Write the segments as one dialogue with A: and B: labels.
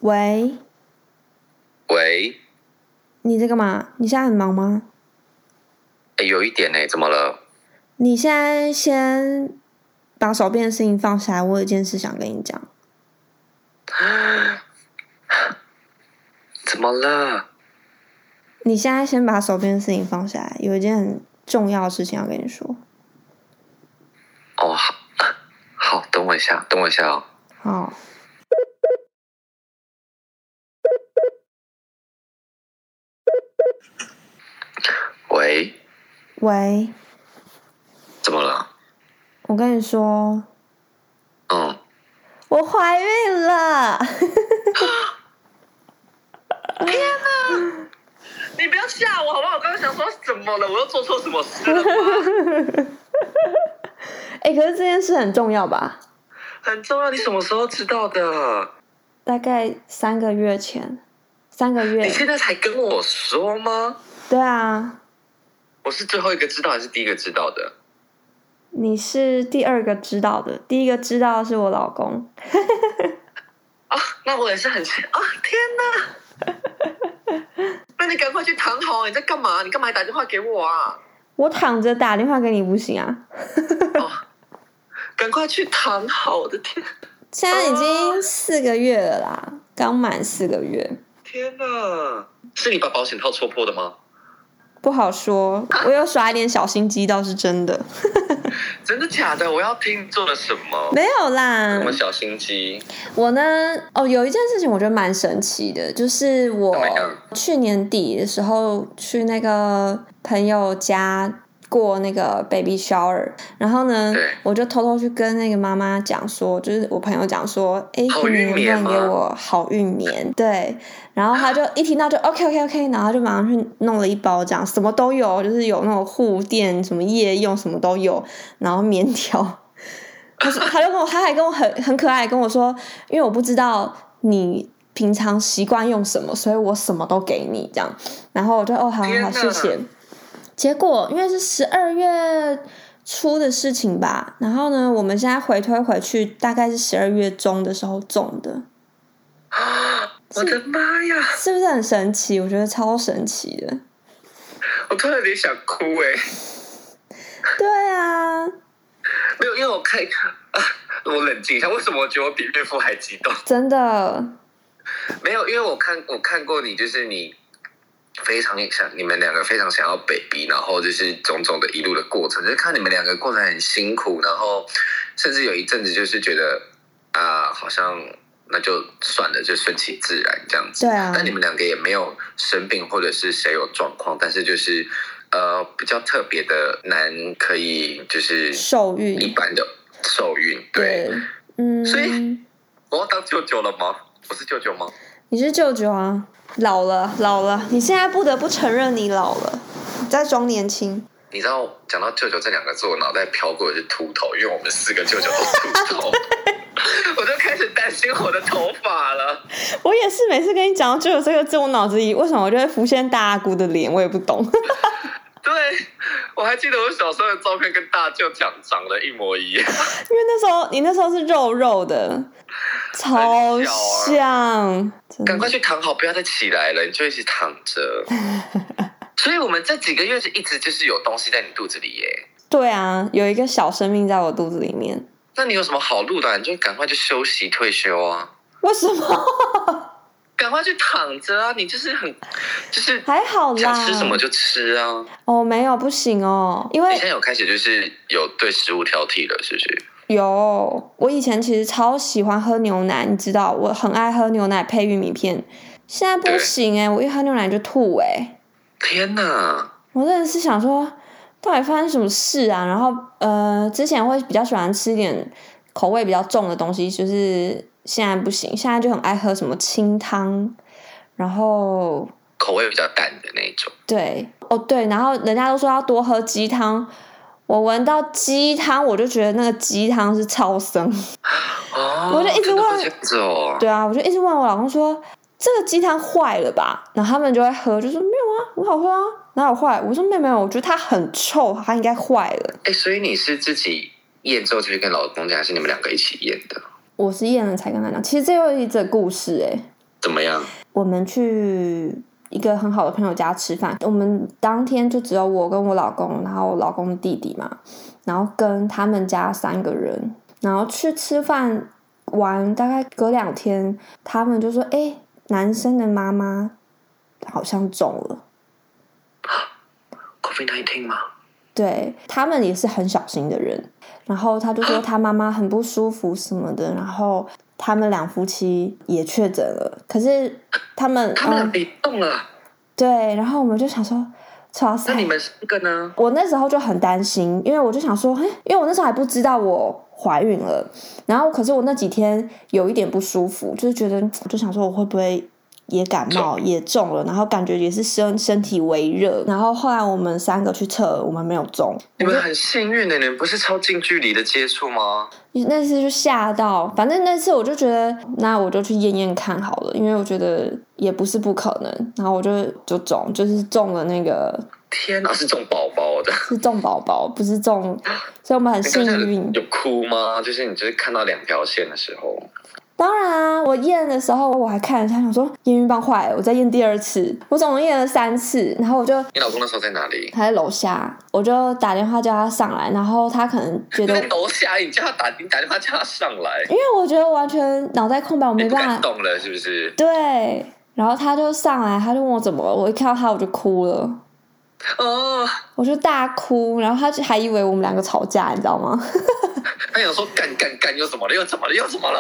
A: 喂，
B: 喂，
A: 你在干嘛？你现在很忙吗？
B: 有一点呢，怎么了？
A: 你现在先把手边的事情放下来，我有一件事想跟你讲。
B: 怎么了？
A: 你现在先把手边的事情放下来，有一件很重要的事情要跟你说。
B: 哦，好，等我一下哦。
A: 好。喂，
B: 怎么了？
A: 我跟你说，我怀孕了。
B: 天哪！你不要吓我好不好？我刚刚想说怎么了？我又做错什么事了吗？
A: 可是这件事很重要吧？
B: 很重要。你什么时候知道的？
A: 大概3个月前。3个月。
B: 你现在才跟我说吗？
A: 对啊。
B: 我是最后一个知道还是第一个知道的？
A: 你是第2个知道的，第1个知道的是我老公。
B: 那我也是很天哪！那你赶快去躺好，你在干嘛？你干嘛还打电话给我啊？
A: 我躺着打电话给你不行啊？
B: 赶快去躺好，我的天！
A: 现在已经4个月了啦，刚满4个月。
B: 天哪！是你把保险套戳破的吗？
A: 不好说，我有耍一点小心机，倒是真的。
B: 真的假的？我要听你做了什么？
A: 没有啦。
B: 什么小心机？
A: 我呢，有一件事情我觉得蛮神奇的，就是我去年底的时候去那个朋友家过那个 baby shower， 然后呢，我就偷偷去跟那个妈妈讲说，就是我朋友讲说，你能不能给我好运棉？对，然后他就一听到就 OK， 然后就马上去弄了一包，这样什么都有，就是有那种护垫、什么夜用什么都有，然后棉条。他还跟我很可爱跟我说，因为我不知道你平常习惯用什么，所以我什么都给你这样。然后我就好谢谢。结果因为是12月初的事情吧，然后呢，我们现在回推回去，大概是12月中的时候中的。
B: 我的妈呀！
A: 是不是很神奇？我觉得超神奇的。
B: 我突然有点想哭
A: 对啊。
B: 没有，因为我我冷静一下，为什么我觉得我比岳父还激动？
A: 真的。
B: 没有，因为我看过你，就是你们两个非常想要 baby， 然后就是种种的一路的过程，就是看你们两个过程很辛苦，然后甚至有一阵子就是觉得好像那就算了，就顺其自然这样子。
A: 对啊。
B: 但你们两个也没有生病或者是谁有状况，但是就是比较特别的难可以就是
A: 受孕，
B: 一般的受孕。对。所以我要当舅舅了吗？我是舅舅吗？
A: 你是舅舅啊。老了，你现在不得不承认你老了，你在装年轻。
B: 你知道讲到舅舅这2个字，我脑袋飘过的是秃头，因为我们4个舅舅都秃头。我就开始担心我的头发了。
A: 我也是，每次跟你讲到舅舅这个字，我脑子里为什么我就会浮现大阿姑的脸，我也不懂。
B: 对，我还记得我小时候的照片跟大舅长得一模一样。
A: 因为你那时候是肉肉的，超像。
B: 赶快去躺好，不要再起来了，你就一直躺着。所以我们这几个月是一直就是有东西在你肚子里耶。
A: 对啊，有一个小生命在我肚子里面。
B: 那你有什么好录的？你就赶快去休息退休啊。
A: 为什么？
B: 赶快去躺着啊！你就是
A: 还好啦，
B: 想吃什么就吃啊。
A: 没有，不行哦，因为
B: 你现在有开始就是有对食物挑剔了，是不是？
A: 有，我以前其实超喜欢喝牛奶，你知道，我很爱喝牛奶配玉米片。现在不行我一喝牛奶就吐
B: 天哪！
A: 我真的是想说，到底发生什么事啊？然后之前会比较喜欢吃一点口味比较重的东西，就是现在不行，现在就很爱喝什么清汤，然后
B: 口味比较淡的那种。
A: 对，对，然后人家都说要多喝鸡汤，我闻到鸡汤我就觉得那个鸡汤是超生。我就一直问，对啊，我就一直问我老公说，这个鸡汤坏了吧？然后他们就会喝，就说没有啊，很好喝啊，哪有坏？我说没有，我觉得它很臭，它应该坏了。
B: 所以你是自己验之后就去跟老公讲，还是你们2个一起验的？
A: 我是验了才跟他讲。其实这又一则故事
B: 怎么样？
A: 我们去一个很好的朋友家吃饭，我们当天就只有我跟我老公，然后我老公的弟弟嘛，然后跟他们家3个人，然后去吃饭完，大概隔2天，他们就说：“男生的妈妈好像中了。”
B: COVID-19 吗？
A: 对，他们也是很小心的人，然后他就说他妈妈很不舒服什么的，然后他们2夫妻也确诊了，可是他们
B: 也中了。
A: 对，然后我们就想说，哇塞，
B: 那你们3个呢？
A: 我那时候就很担心，因为我就想说，因为我那时候还不知道我怀孕了，然后可是我那几天有一点不舒服，就是觉得就想说我会不会也感冒也中了，然后感觉也是身体微热，然后后来我们3个去测，我们没有中。
B: 你们很幸运的，你们不是超近距离的接触吗？
A: 那次就吓到，反正那次我就觉得，那我就去验验看好了，因为我觉得也不是不可能，然后我就中，就是中了那个。
B: 天哪，是中宝宝的，
A: 是中宝宝，不是中，所以我们很幸运。
B: 有哭吗？就是你就是看到2条线的时候。
A: 当然啊，我验的时候我还看了一下，想说验孕棒坏了，我再验第2次，我总共验了3次，然后我就。
B: 你老公那时候在哪里？
A: 他在楼下，我就打电话叫他上来，然后他可能觉得
B: 在楼下，你打电话叫他上来，
A: 因为我觉得完全脑袋空白，我没办法
B: 动了，是不是？
A: 对，然后他就上来，他就问我怎么了，我一看到他我就哭了。我就大哭，然后他就还以为我们2个吵架，你知道吗？
B: 他想说干又怎么了？又怎么了？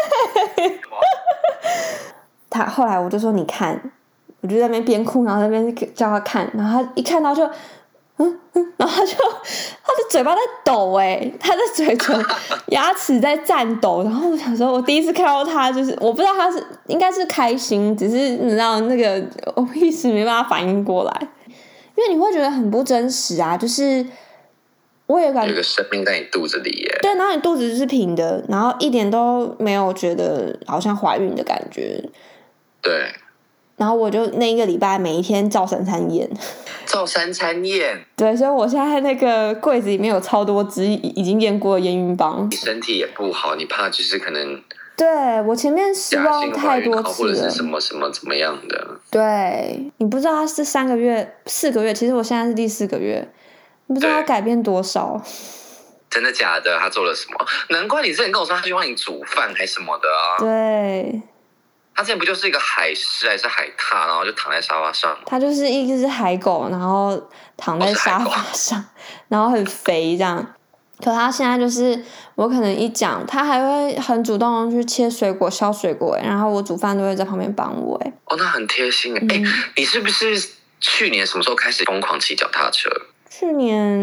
A: 他后来我就说你看，我就在那边边哭，然后在那边叫他看，然后他一看到就然后他的嘴巴在抖他的嘴唇牙齿在颤抖，然后我想说我第一次看到他，就是我不知道他是应该是开心，只是你知道那个我一时没办法反应过来。因为你会觉得很不真实啊，就是我也感觉
B: 有个生命在你肚子里耶。
A: 对，然后你肚子是平的，然后一点都没有觉得好像怀孕的感觉。
B: 对。
A: 然后我就那1个礼拜每一天照3餐验。
B: 照3餐验。
A: 对，所以我现在那个柜子里面有超多支已经验过的验孕棒。
B: 你身体也不好，你怕就是可能。
A: 对，我前面失望太多次了，
B: 或者是什么怎么样的。
A: 对，你不知道他是4个月，其实我现在是第4个月，你不知道他改变多少。
B: 真的假的？他做了什么？难怪你之前跟我说他去帮你煮饭还是什么的啊。
A: 对，
B: 他之前不就是一个海狮还是海獭，然后就躺在沙发上。
A: 他就是一只海狗，然后躺在沙发上，然后很肥这样。可他现在就是我可能一讲，他还会很主动去切水果、削水果，然后我煮饭都会在旁边帮我。
B: 那很贴心你是不是去年什么时候开始疯狂骑脚踏车？
A: 去年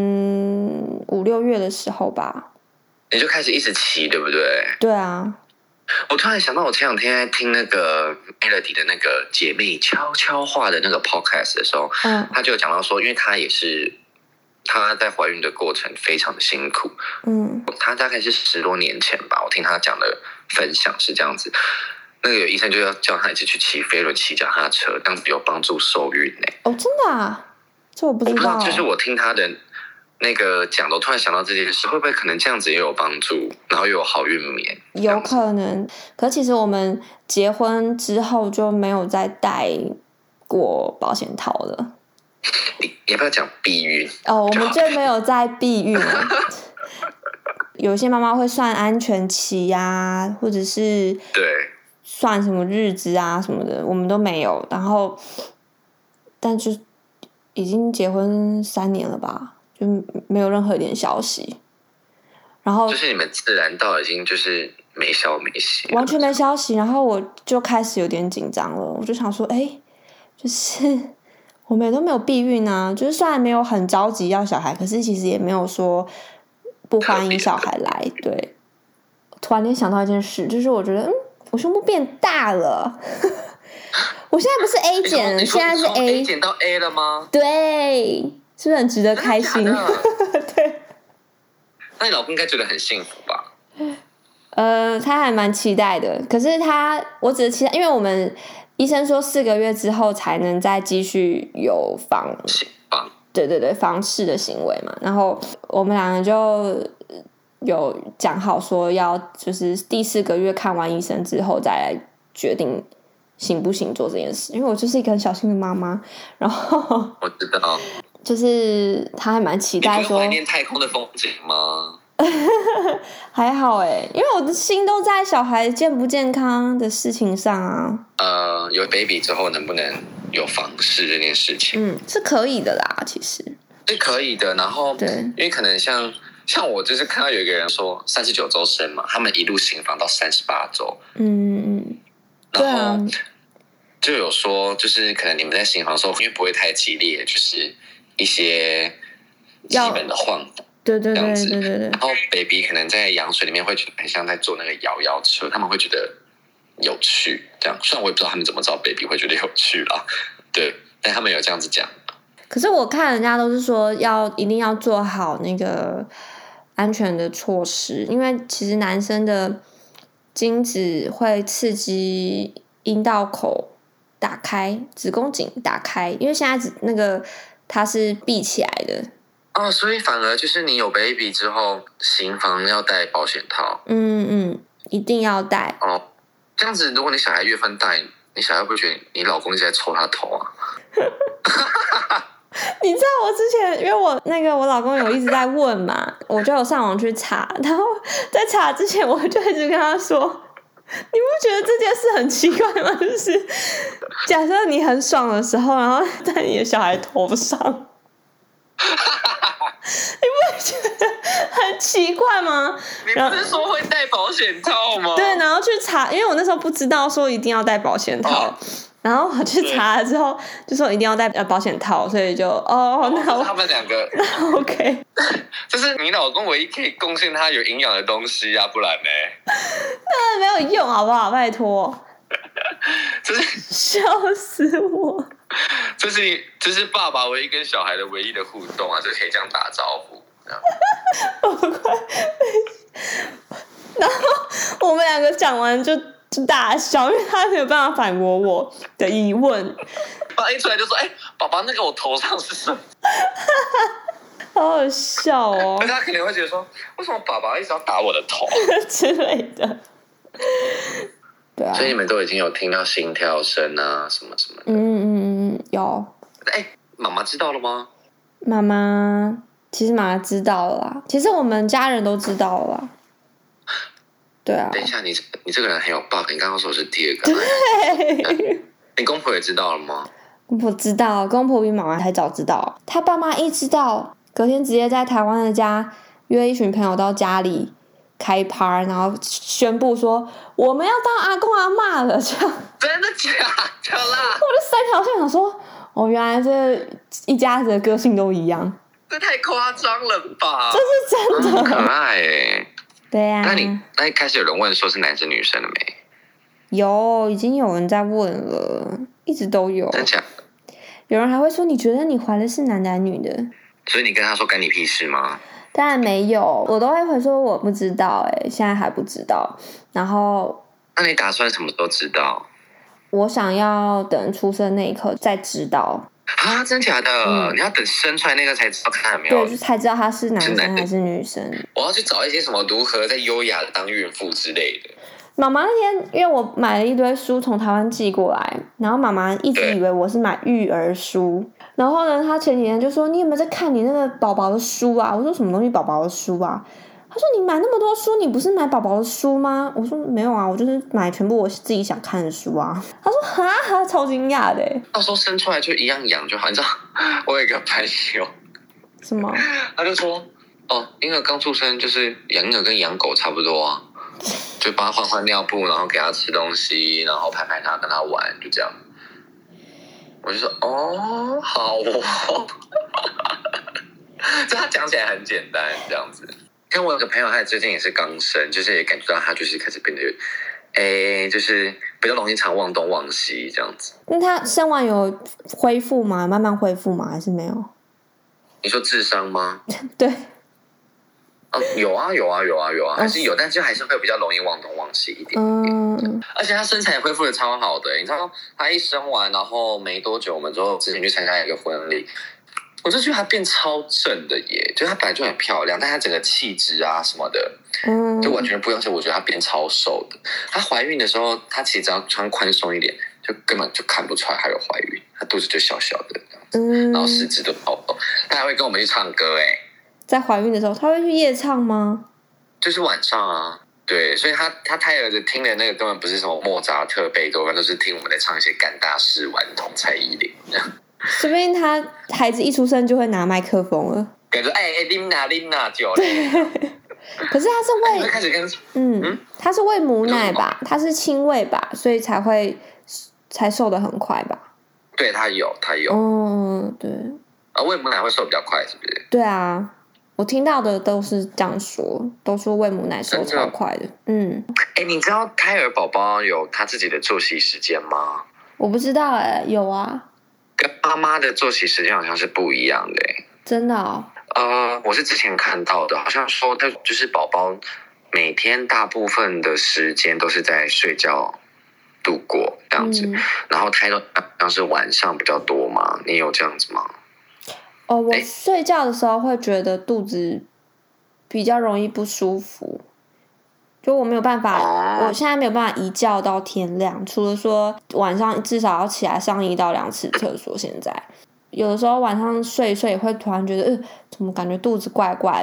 A: 5、6月的时候吧。
B: 你就开始一直骑，对不对？
A: 对啊。
B: 我突然想到，我前2天在听那个 Melody 的那个姐妹悄悄话的那个 podcast 的时候，他就有讲到说，因为他也是。她在怀孕的过程非常的辛苦，她大概是10多年前吧，我听她讲的分享是这样子，那个有医生就要叫她一起去骑飞轮、骑脚踏车，这样子有帮助受孕
A: 真的啊？这我不知道。
B: 就是我听她的那个讲的，我突然想到这件事，会不会可能这样子也有帮助，然后又有好孕棉？
A: 有可能，可其实我们结婚之后就没有再戴过保险套了。
B: 你要不要讲避孕？
A: 我们就没有在避孕了。有些妈妈会算安全期啊，或者是
B: 对
A: 算什么日子啊什么的，我们都没有。然后，但就已经结婚3年了吧，就没有任何一点消息。然后
B: 就是你们自然到已经就是没消息，
A: 完全没消息。然后我就开始有点紧张了，我就想说，就是。我们也都没有避孕啊，就是虽然没有很着急要小孩，可是其实也没有说不欢迎小孩来。对，突然间想到一件事，就是我觉得，我胸部变大了。我现在不是 A 减了，现在是
B: A 减到 A 了吗？
A: 对，是不是很值得开心？对。
B: 那你老公应该觉得很幸福吧？
A: 他还蛮期待的，可是我只是期待，因为我们。医生说4个月之后才能再继续有对房事的行为嘛，然后我们2个就有讲好说要就是第4个月看完医生之后再来决定行不行做这件事，因为我就是一个很小心的妈妈，然后
B: 我知道，
A: 就是他还蛮期待说，
B: 你怀念太空的风景吗？
A: 还好因为我的心都在小孩健不健康的事情上啊。
B: 有 baby 之后能不能有房事这件事情，
A: 是可以的啦，其实
B: 是可以的。然后，
A: 对，
B: 因为可能像我就是看到有一个人说39周生嘛，他们一路行房到38周，然后就有说，就是可能你们在行房的时候，因为不会太激烈，就是一些基本的晃动。
A: 对，
B: 然后 baby 可能在羊水里面会觉得很像在坐那个摇摇车，他们会觉得有趣。这样，虽然我也不知道他们怎么知道 baby 会觉得有趣啦，对，但他们有这样子讲。
A: 可是我看人家都是说一定要做好那个安全的措施，因为其实男生的精子会刺激阴道口打开，子宫颈打开，因为现在那个它是闭起来的。
B: 所以反而就是你有 baby 之后，行房要戴保险套。
A: 一定要戴。
B: 这样子，如果你小孩月份大，你小孩会不会觉得你老公一直在抽他头啊？
A: 你知道我之前，因为我老公有一直在问嘛，我就有上网去查，然后在查之前，我就一直跟他说，你不觉得这件事很奇怪吗？就是假设你很爽的时候，然后在你的小孩头上。你不觉得很奇怪吗？
B: 你不是说会戴保险套吗？
A: 对，然后去查，因为我那时候不知道说一定要戴保险套，然后我去查了之后就说一定要戴保险套，所以就那
B: 他们两个
A: 那 OK，
B: 这是你老公唯一可以贡献他有营养的东西啊，不然呢？
A: 那没有用好不好？拜托，
B: 这是
A: 笑死我。
B: 这是爸爸唯一跟小孩的唯一的互动啊，就可以这样打招呼。
A: 我快，然后我们两个讲完就大笑，因为他没有办法反驳我的疑问。
B: 爸一出来就说：“爸爸，那个我头上是什么？”
A: 好好笑哦！
B: 他可能会觉得说：“为什么爸爸一直要打我的头
A: 之类的？”对啊，
B: 所以你们都已经有听到心跳声啊，什么什么的。
A: 有。
B: 妈妈知道了吗？
A: 妈妈知道了啦，其实我们家人都知道了啦。对啊。
B: 等一下，你这个人很有 bug， 你刚刚说是第二个。
A: 对。
B: 你公婆也知道了吗？
A: 公婆知道，公婆比妈妈还早知道。他爸妈一知道，隔天直接在台湾的家约一群朋友到家里开趴，然后宣布说我们要当阿公阿嬷了，这样。
B: 真的假的啦？
A: 我就三条线想说，原来这一家子的个性都一样。
B: 这太夸张了吧？
A: 这是真的。
B: 可爱
A: 对啊。
B: 那一开始有人问说是男生女生了没？
A: 有，已经有人在问了，一直都有。
B: 真假？
A: 有人还会说你觉得你怀的是男的女的？
B: 所以你跟他说干你屁事吗？
A: 当然没有，我都会回说我不知道现在还不知道。然后，
B: 那你打算什么时候知道？
A: 我想要等出生那一刻再知道。
B: 啊，真假的？你要等生出来那个才知道看有没有？
A: 对，才知道他是男生还是女生。
B: 我要去找一些什么如何在优雅的当孕妇之类的。
A: 妈妈那天因为我买了一堆书从台湾寄过来，然后妈妈一直以为我是买育儿书，然后呢，她前几天就说你有没有在看你那个宝宝的书啊？我说什么东西宝宝的书啊？她说你买那么多书，你不是买宝宝的书吗？我说没有啊，我就是买全部我自己想看的书啊。她说哈，超惊讶的。
B: 到时候生出来就一样养就好，你知道？我有一个朋友，
A: 什么？
B: 他就说婴儿刚出生就是养婴儿跟养狗差不多啊。就帮他换尿布，然后给他吃东西，然后拍拍他，跟他玩，就这样。我就说好就他讲起来很简单，这样子。跟我有个朋友，他最近也是刚生，就是也感觉到他就是开始变得，就是比较容易常忘东忘西这样子。
A: 那他生完有恢复吗？慢慢恢复吗？还是没有？
B: 你说智商吗？
A: 对。
B: 有啊，还是有，但是还是会比较容易忘东忘西一点点。而且他身材也恢复的超好的，你知道，他一生完，然后没多久，我们之前去参加一个婚礼，我就觉得他变超正的耶，就他本来就很漂亮，但他整个气质啊什么的，就完全不一样。而且我觉得他变超瘦的。她怀孕的时候，她其实只要穿宽松一点， 就根本就看不出来她有怀孕，她肚子就小小的这样子，然后四肢都泡泡。她还会跟我们去唱歌
A: 在怀孕的时候，她会去夜唱吗？
B: 就是晚上啊。对，所以他胎儿的听的那个根本不是什么莫扎特、贝多芬，都是听我们在唱一些干大事、顽童、蔡依林。
A: 说不定他孩子一出生就会拿麦克风了，
B: 感觉琳娜酒嘞。
A: 可是他是喂，
B: 开始跟
A: 他是喂母奶吧，他是亲喂吧，所以才瘦得很快吧？
B: 对，他有。
A: 对。
B: 喂母奶会瘦比较快，是不是？
A: 对啊。我听到的都是这样说，都说喂母奶瘦超快的。
B: 你知道胎儿宝宝有他自己的作息时间吗？
A: 我不知道有啊。
B: 跟妈妈的作息时间好像是不一样的
A: 真的哦？
B: 我是之前看到的，好像说他就是宝宝每天大部分的时间都是在睡觉度过这样子，然后胎动好像是晚上比较多嘛，你有这样子吗？
A: 我睡觉的时候会觉得肚子比较容易不舒服，就我没有办法，我现在没有办法一觉到天亮，除了说晚上至少要起来上1到2次厕所。现在有的时候晚上睡一睡也会突然觉得，怎么感觉肚子怪怪，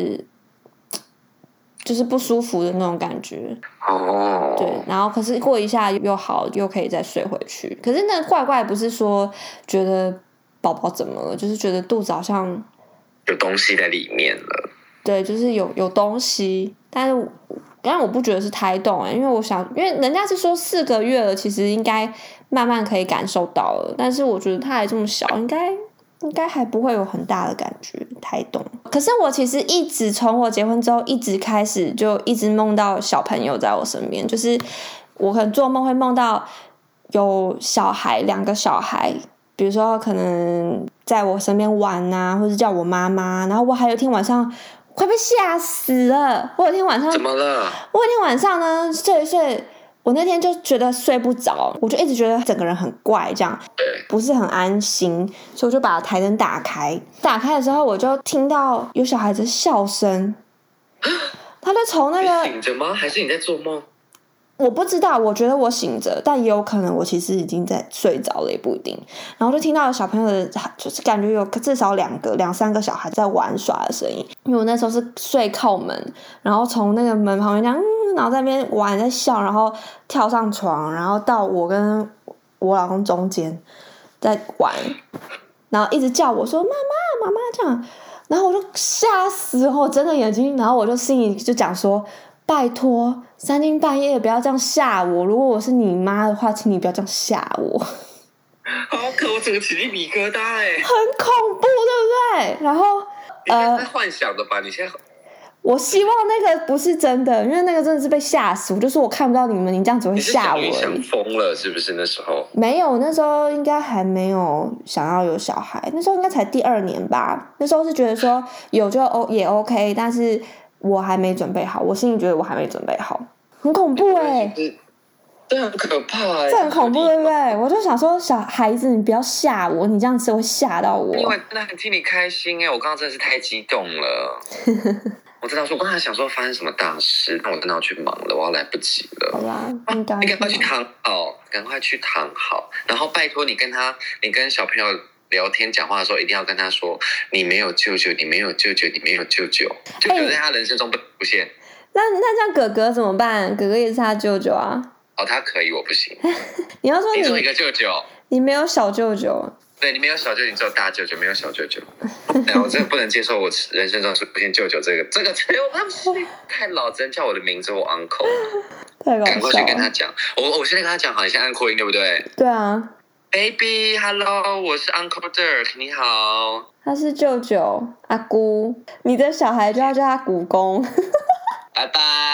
A: 就是不舒服的那种感觉。对，然后可是过一下又好，又可以再睡回去。可是那个怪怪不是说觉得宝宝怎么了，就是觉得肚子好像
B: 有东西在里面了。
A: 对，就是有东西，但我不觉得是胎动因为人家是说4个月了，其实应该慢慢可以感受到了，但是我觉得他还这么小，应该还不会有很大的感觉胎动。可是我其实一直从我结婚之后一直开始就一直梦到小朋友在我身边，就是我可能做梦会梦到有小孩，2个小孩。比如说可能在我身边玩啊，或者叫我妈妈，然后我还有一天晚上快被吓死了。我有一天晚上
B: 怎么了？
A: 我有一天晚上呢睡一睡，我那天就觉得睡不着，我就一直觉得整个人很怪，这样不是很安心，所以我就把台灯打开。打开的时候，我就听到有小孩子笑声，他就从那个
B: 你醒着吗？还是你在做梦？
A: 我不知道，我觉得我醒着，但也有可能我其实已经在睡着了，也不一定。然后就听到小朋友的，就是感觉有至少2-3个小孩在玩耍的声音。因为我那时候是睡靠门，然后从那个门旁边这样，然后在那边玩在笑，然后跳上床，然后到我跟我老公中间在玩，然后一直叫我说妈妈妈妈这样，然后我就吓死，我睁着眼睛，然后我就心里就讲说，拜托3更半夜不要这样吓我，如果我是你妈的话，请你不要这样吓我。
B: 好可我整个起鸡皮疙瘩
A: 很恐怖对不对？然后
B: 你现在在幻想的吧？你现在
A: 我希望那个不是真的，因为那个真的是被吓死。我就说我看不到你们，你这样只会吓我而已。
B: 你是想疯了是不是？那时候
A: 没有，那时候应该还没有想要有小孩，那时候应该才第2年吧。那时候是觉得说有就也 OK， 但是我还没准备好，我心里觉得我还没准备好，很恐怖
B: 这很可怕
A: 这很恐怖对不对？我就想说小孩子你不要吓我，你这样子会吓到我。
B: 因为真的很替你开心我刚刚真的是太激动了。我知道说，我刚才想说发生什么大事，但我真的要去忙了，我要来不及了。
A: 好啦，
B: 你赶快去躺好，赶快去躺好。然后拜托你跟小朋友聊天讲话的时候，一定要跟他说，你没有舅舅，你没有舅舅，你没有舅舅，舅舅在他人生中不出现。
A: 那这样哥哥怎么办？哥哥也是他舅舅啊。
B: 他可以，我不行。
A: 你要说
B: 你只有一个舅舅，
A: 你没有小舅舅。
B: 对，你没有小舅，你只有大舅舅，没有小舅舅。我真的不能接受我人生中出现舅舅这个词，我太老，真叫我的名字我 uncle。
A: 太搞笑了。
B: 赶快去跟他讲，我现在跟他讲好，你现在按扩音对不对？
A: 对啊。
B: Baby, hello， 我是 Uncle Dirk， 你好。
A: 他是舅舅阿姑，你的小孩就要叫他姑公。
B: 拜拜。